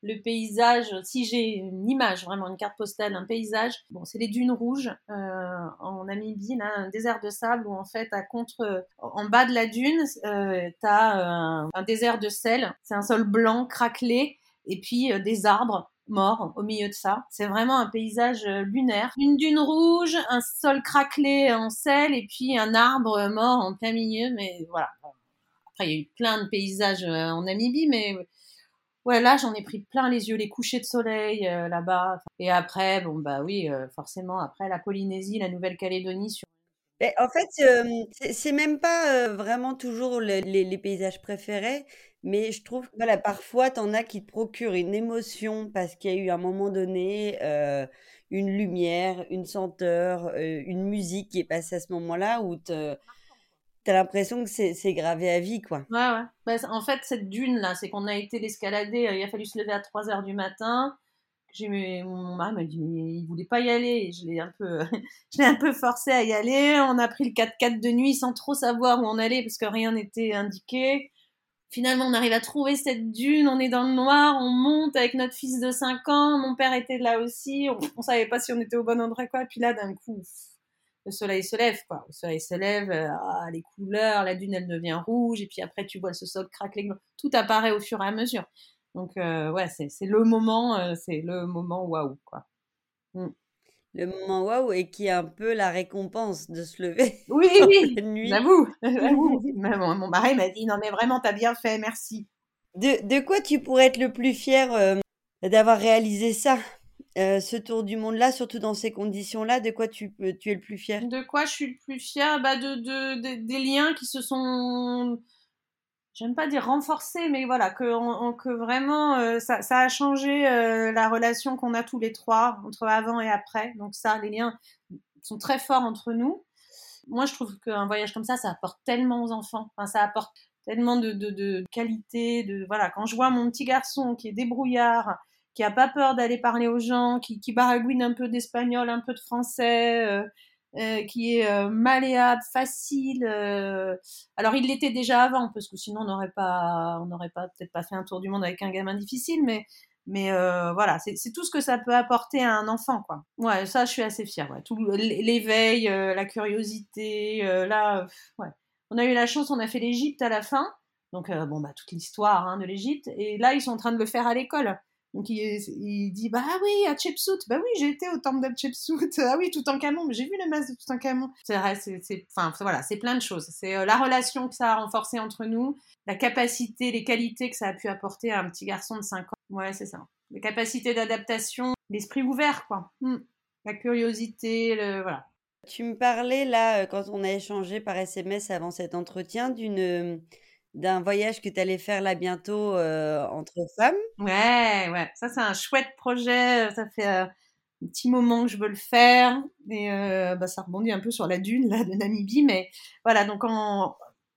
le paysage, si j'ai une image, vraiment une carte postale, un paysage, bon, c'est les dunes rouges euh, en Namibie, là, un désert de sable où en fait, à contre, en bas de la dune, euh, t'as euh, un désert de sel, c'est un sol blanc craquelé et puis euh, des arbres morts au milieu de ça. C'est vraiment un paysage euh, lunaire. Une dune rouge, un sol craquelé en sel et puis un arbre mort en plein milieu, mais voilà. Après, il y a eu plein de paysages euh, en Namibie, mais ouais, là, j'en ai pris plein les yeux, les couchers de soleil euh, là-bas. Et après, bon, bah oui, euh, forcément, après la Polynésie, la Nouvelle-Calédonie. Sur... Mais en fait, euh, c'est, c'est même pas euh, vraiment toujours le- les, les paysages préférés, mais je trouve que voilà, parfois, t'en as qui te procurent une émotion parce qu'il y a eu à un moment donné euh, une lumière, une senteur, euh, une musique qui est passée à ce moment-là où te- t'as l'impression que c'est, c'est gravé à vie, quoi. Ouais, ouais. Bah, en fait, cette dune-là, c'est qu'on a été l'escalader, euh, il a fallu se lever à trois heures du matin. J'ai mes- mon mari m'a dit mais il voulait pas y aller et je l'ai un peu je l'ai un peu forcé à y aller. On a pris le quatre-quatre de nuit sans trop savoir où on allait parce que rien n'était indiqué. Finalement, on arrive à trouver cette dune, on est dans le noir, on monte avec notre fils de cinq ans, mon père était là aussi, on, on savait pas si on était au bon endroit quoi, puis là d'un coup le soleil se lève quoi, le soleil se lève, euh, ah, les couleurs, la dune elle devient rouge et puis après tu vois ce sol craqueler, tout apparaît au fur et à mesure. Donc euh, ouais, c'est c'est le moment, euh, c'est le moment waouh quoi. Mm. Le moment waouh et qui est un peu la récompense de se lever Oui, en oui, pleine nuit. j'avoue, j'avoue. Mais bon, mon mari m'a dit non mais vraiment t'as bien fait, merci. De, de quoi tu pourrais être le plus fier euh, d'avoir réalisé ça, euh, ce tour du monde-là, surtout dans ces conditions-là, de quoi tu, peux- tu es le plus fier? De quoi je suis le plus fière? Bah de, de, de- des liens qui se sont, j'aime pas dire renforcés, mais voilà, que, on- que vraiment euh, ça, ça a changé euh, la relation qu'on a tous les trois entre avant et après. Donc ça, les liens sont très forts entre nous. Moi, je trouve qu'un voyage comme ça, ça apporte tellement aux enfants. Enfin, ça apporte tellement de, de, de qualité. De, voilà, quand je vois mon petit garçon qui est débrouillard, qui a pas peur d'aller parler aux gens, qui, qui baragouine un peu d'espagnol, un peu de français, euh, euh, qui est euh, malléable, facile. Euh... Alors, il l'était déjà avant, parce que sinon, on n'aurait pas, on n'aurait pas peut-être pas fait un tour du monde avec un gamin difficile, mais mais euh, voilà, c'est, c'est tout ce que ça peut apporter à un enfant, quoi. Ouais, ça, je suis assez fière. Ouais. Tout l'éveil, euh, la curiosité, euh, là, euh, ouais. On a eu la chance, on a fait l'Égypte à la fin, donc euh, bon bah toute l'histoire hein, de l'Égypte, et là ils sont en train de le faire à l'école. Donc il, il dit bah ah oui à Hatshepsut, bah oui j'ai été au temple d'Hatshepsut, ah oui Toutankhamon, mais j'ai vu les masses de Toutankhamon. C'est vrai, c'est, c'est, enfin voilà, c'est plein de choses. C'est euh, la relation que ça a renforcée entre nous, la capacité, les qualités que ça a pu apporter à un petit garçon de cinq ans. Ouais, c'est ça. Les capacités d'adaptation, l'esprit ouvert, quoi. Hmm. La curiosité, le... voilà. Tu me parlais là, euh, quand on a échangé par S M S avant cet entretien, d'une, euh, d'un voyage que tu allais faire là bientôt euh, entre femmes. Ouais, ouais. Ça, c'est un chouette projet. Ça fait euh, un petit moment que je veux le faire. Et euh, bah, ça rebondit un peu sur la dune là, de Namibie. Mais voilà, donc en,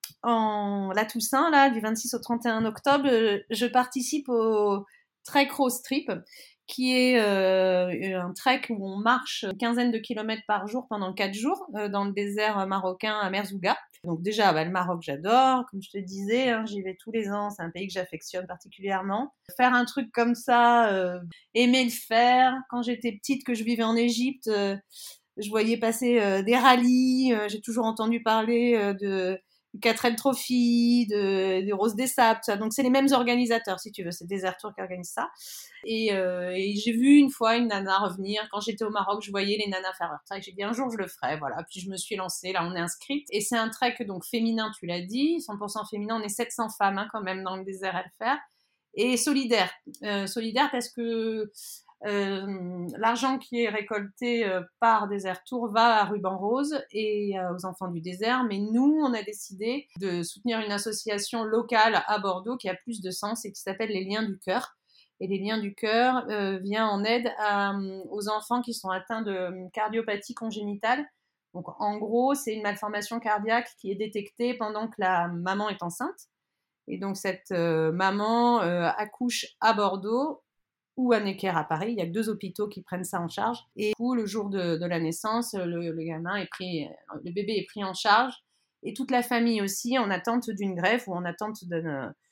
en la Toussaint, là, du vingt-six au trente et un octobre, euh, je participe au Trek Rose Trip, qui est euh, un trek où on marche une quinzaine de kilomètres par jour pendant quatre jours euh, dans le désert marocain à Merzouga. Donc déjà, bah, le Maroc, j'adore. Comme je te disais, hein, j'y vais tous les ans. C'est un pays que j'affectionne particulièrement. Faire un truc comme ça, euh, aimer le faire. Quand j'étais petite, que je vivais en Égypte, euh, je voyais passer euh, des rallyes. Euh, j'ai toujours entendu parler euh, de quatre L Trophy, de, de Rose des Sables, ça. Donc c'est les mêmes organisateurs, si tu veux, c'est Desert Tour qui organise ça. Et, euh, et j'ai vu une fois une nana revenir. Quand j'étais au Maroc, je voyais les nanas faire leur trek. J'ai dit un jour je le ferai, voilà. Puis je me suis lancée. Là, on est inscrite. Et c'est un trek donc féminin, tu l'as dit, cent pour cent féminin. On est sept cents femmes hein, quand même dans le désert à le faire. Et solidaire, euh, solidaire parce que euh, l'argent qui est récolté euh, par Desert Tour va à Ruban Rose et euh, aux enfants du désert. Mais nous, on a décidé de soutenir une association locale à Bordeaux qui a plus de sens et qui s'appelle les Liens du Cœur. Et les Liens du Cœur euh, vient en aide à, aux enfants qui sont atteints de cardiopathie congénitale. Donc, en gros, c'est une malformation cardiaque qui est détectée pendant que la maman est enceinte. Et donc, cette euh, maman euh, accouche à Bordeaux ou à Necker à Paris. Il y a que deux hôpitaux qui prennent ça en charge. Et du coup, le jour de, de la naissance, le, le gamin est pris, le bébé est pris en charge. Et toute la famille aussi en attente d'une greffe ou en attente d'une,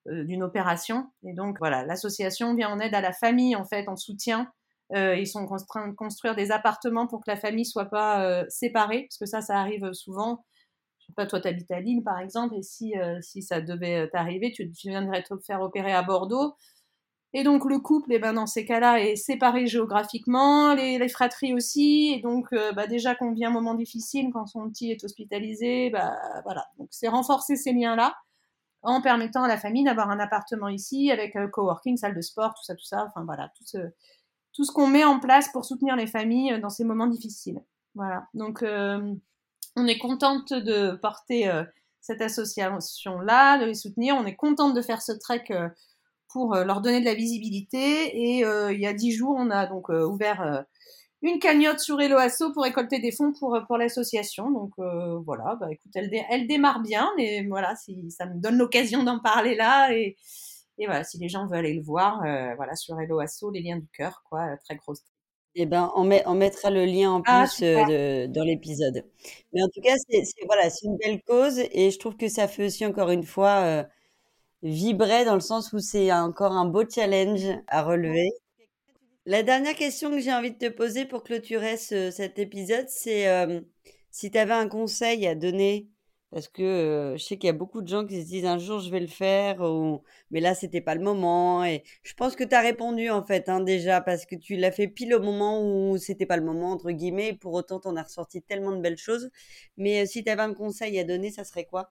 euh, d'une opération. Et donc, voilà, l'association vient en aide à la famille, en fait, en soutien. Euh, ils sont en train de construire des appartements pour que la famille soit pas euh, séparée, parce que ça, ça arrive souvent. Je sais pas, toi, tu habites à Lille, par exemple, et si, euh, si ça devait t'arriver, tu, tu viendrais te faire opérer à Bordeaux. Et donc, le couple, eh ben, dans ces cas-là, est séparé géographiquement, les, les fratries aussi. Et donc, euh, bah, déjà qu'on vit un moment difficile quand son petit est hospitalisé, bah, voilà. Donc, c'est renforcer ces liens-là en permettant à la famille d'avoir un appartement ici avec euh, coworking, salle de sport, tout ça, tout ça. Enfin, voilà, tout ce, tout ce qu'on met en place pour soutenir les familles dans ces moments difficiles. Voilà. Donc, euh, on est contente de porter euh, cette association-là, de les soutenir. On est contente de faire ce trek euh, pour euh, leur donner de la visibilité. Et euh, il y a dix jours, on a donc euh, ouvert euh, une cagnotte sur Hello Asso pour récolter des fonds pour, pour l'association. Donc euh, voilà, bah, écoute, elle, dé- elle démarre bien, mais voilà, si, ça me donne l'occasion d'en parler là. Et, et voilà, si les gens veulent aller le voir, euh, voilà, sur Hello Asso, les liens du cœur, quoi, euh, très grosse. Eh ben, on, met, on mettra le lien en Ah, plus euh, de, dans l'épisode. Mais en tout cas, c'est c'est- voilà, c'est une belle cause et je trouve que ça fait aussi encore une fois euh, vibrer dans le sens où c'est encore un beau challenge à relever. La dernière question que j'ai envie de te poser pour clôturer ce- cet épisode, c'est euh, si tu avais un conseil à donner, parce que euh, je sais qu'il y a beaucoup de gens qui se disent un jour je vais le faire, ou mais là c'était pas le moment. Et je pense que tu as répondu en fait hein, déjà, parce que tu l'as fait pile au moment où c'était pas le moment, entre guillemets, et pour autant t'en as ressorti tellement de belles choses. Mais euh, si tu avais un conseil à donner, ça serait quoi?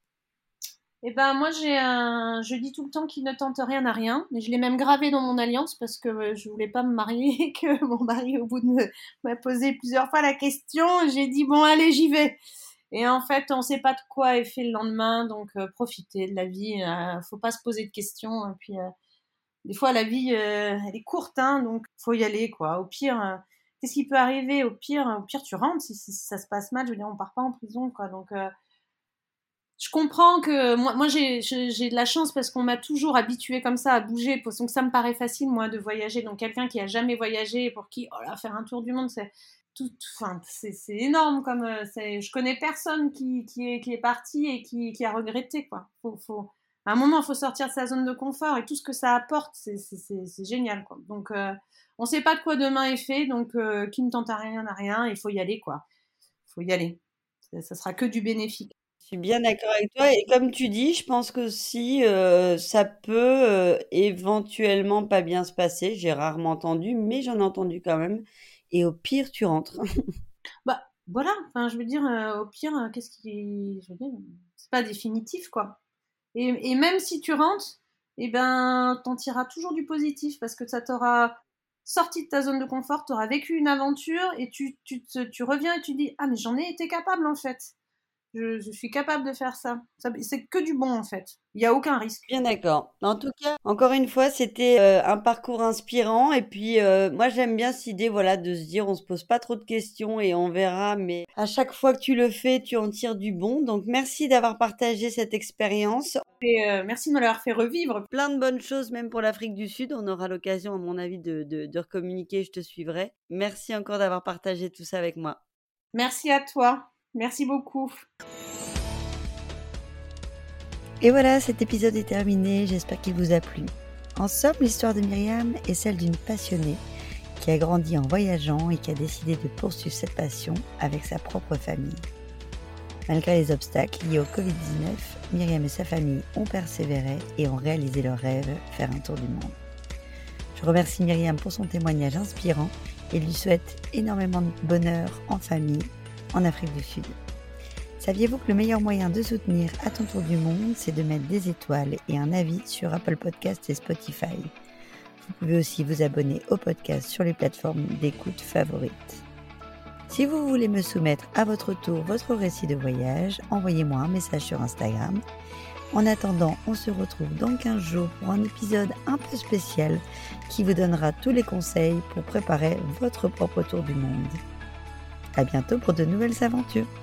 Eh ben moi j'ai un, je dis tout le temps qu'il ne tente rien à rien, mais je l'ai même gravé dans mon alliance parce que euh, je voulais pas me marier et que mon mari au bout de me- m'a posé plusieurs fois la question, j'ai dit bon allez j'y vais. Et en fait on sait pas de quoi est fait le lendemain, donc euh, profitez de la vie, euh, faut pas se poser de questions. Et puis euh, des fois la vie euh, elle est courte, hein, donc faut y aller quoi. Au pire, euh, qu'est-ce qui peut arriver? Au pire, au pire tu rentres si, si ça se passe mal, je veux dire on part pas en prison quoi, donc euh, je comprends que moi, moi j'ai, j'ai j'ai de la chance parce qu'on m'a toujours habituée comme ça à bouger. Donc ça me paraît facile, moi, de voyager. Donc quelqu'un qui a jamais voyagé, pour qui, oh là, faire un tour du monde, c'est tout, enfin, c'est, c'est énorme. Comme, euh, c'est, je connais personne qui, qui est, qui est parti et qui, qui a regretté, quoi. Faut, faut, à un moment, il faut sortir de sa zone de confort et tout ce que ça apporte, c'est, c'est, c'est, c'est génial, quoi. Donc, euh, on sait pas de quoi demain est fait, donc euh, qui ne tente à rien n'a rien. Il faut y aller, quoi. Il faut y aller. Ça, ça sera que du bénéfique. Je suis bien d'accord avec toi et comme tu dis, je pense qu'aussi euh, ça peut euh, éventuellement pas bien se passer. J'ai rarement entendu, mais j'en ai entendu quand même. Et au pire, tu rentres. Bah, voilà, enfin, je veux dire, euh, au pire, euh, qu'est-ce qui. Je veux dire, c'est pas définitif, quoi. Et, et même si tu rentres, eh ben, t'en tireras toujours du positif parce que ça t'aura sorti de ta zone de confort, t'auras vécu une aventure et tu, tu, te- tu reviens et tu dis, ah, mais j'en ai été capable, en fait. Je, je suis capable de faire ça. Ça c'est que du bon, en fait. Il n'y a aucun risque. Bien d'accord. En tout cas, encore une fois, c'était euh, un parcours inspirant. Et puis, euh, moi, j'aime bien cette idée, voilà, de se dire, on se pose pas trop de questions et on verra. Mais à chaque fois que tu le fais, tu en tires du bon. Donc, merci d'avoir partagé cette expérience. Et euh, merci de me l'avoir fait revivre. Plein de bonnes choses, même pour l'Afrique du Sud. On aura l'occasion, à mon avis, de, de, de recommuniquer. Je te suivrai. Merci encore d'avoir partagé tout ça avec moi. Merci à toi. Merci beaucoup. Et voilà, cet épisode est terminé, j'espère qu'il vous a plu. En somme, l'histoire de Myriam est celle d'une passionnée qui a grandi en voyageant et qui a décidé de poursuivre cette passion avec sa propre famille. Malgré les obstacles liés au covid dix-neuf, Myriam et sa famille ont persévéré et ont réalisé leur rêve, faire un tour du monde. Je remercie Myriam pour son témoignage inspirant et lui souhaite énormément de bonheur en famille en Afrique du Sud. Saviez-vous que le meilleur moyen de soutenir À ton tour du monde, c'est de mettre des étoiles et un avis sur Apple Podcasts et Spotify. Vous pouvez aussi vous abonner au podcast sur les plateformes d'écoute favorites. Si vous voulez me soumettre à votre tour votre récit de voyage, envoyez-moi un message sur Instagram. En attendant, on se retrouve dans quinze jours pour un épisode un peu spécial qui vous donnera tous les conseils pour préparer votre propre tour du monde. À bientôt pour de nouvelles aventures.